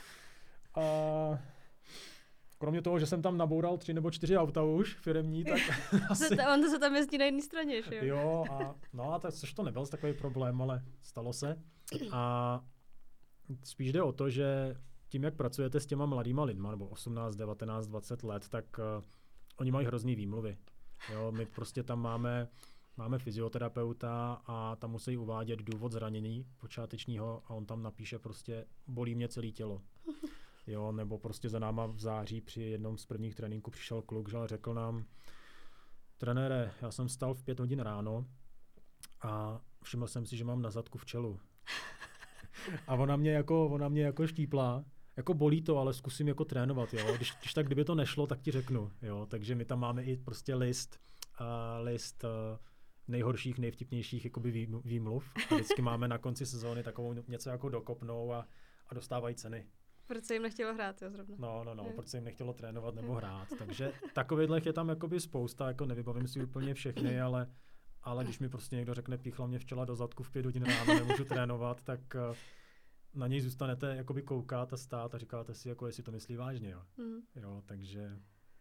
Kromě toho, že jsem tam naboural 3 nebo 4 auta už firemní, tak asi... On to se tam jezdí na jedné straně, že jo? Jo, a tak, což to nebyl takový problém, ale stalo se. A spíš jde o to, že tím, jak pracujete s těma mladýma lidma, nebo 18, 19, 20 let, tak oni mají hrozný výmluvy. Jo, my prostě tam máme fyzioterapeuta a tam musí uvádět důvod zranění počátečního a on tam napíše prostě bolí mě celé tělo. Jo, nebo prostě za náma v září při jednom z prvních tréninků přišel kluk, že řekl nám: trenére, já jsem vstal v 5 hodin ráno a všiml jsem si, že mám na zadku včelu. A ona mě jako štípla, jako bolí to, ale zkusím jako trénovat, jo. Když tak, kdyby to nešlo, tak ti řeknu, jo. Takže my tam máme i prostě list nejhorších, nejvtipnějších jakoby výmluv. A vždycky máme na konci sezóny takovou něco jako dokopnou a dostávají ceny. Proč se jim nechtělo hrát, jo, zrovna. No, proč se jim nechtělo trénovat nebo hrát. Takže takových je tam jakoby spousta, jako nevybavím si úplně všechny, ale když mi prostě někdo řekne, píchla mě včela do zadku v 5 hodin ráno, nemůžu trénovat, tak na něj zůstanete jakoby koukat a stát a říkáte si, jako jestli to myslí vážně, jo. Jo, takže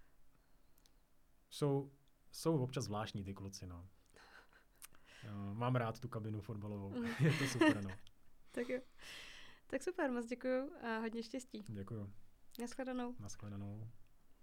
jsou občas zvláštní ty kluci, no. Jo, mám rád tu kabinu fotbalovou, je to super, no. Tak jo. Tak super, moc děkuju a hodně štěstí. Děkuju. Naschledanou. Naschledanou.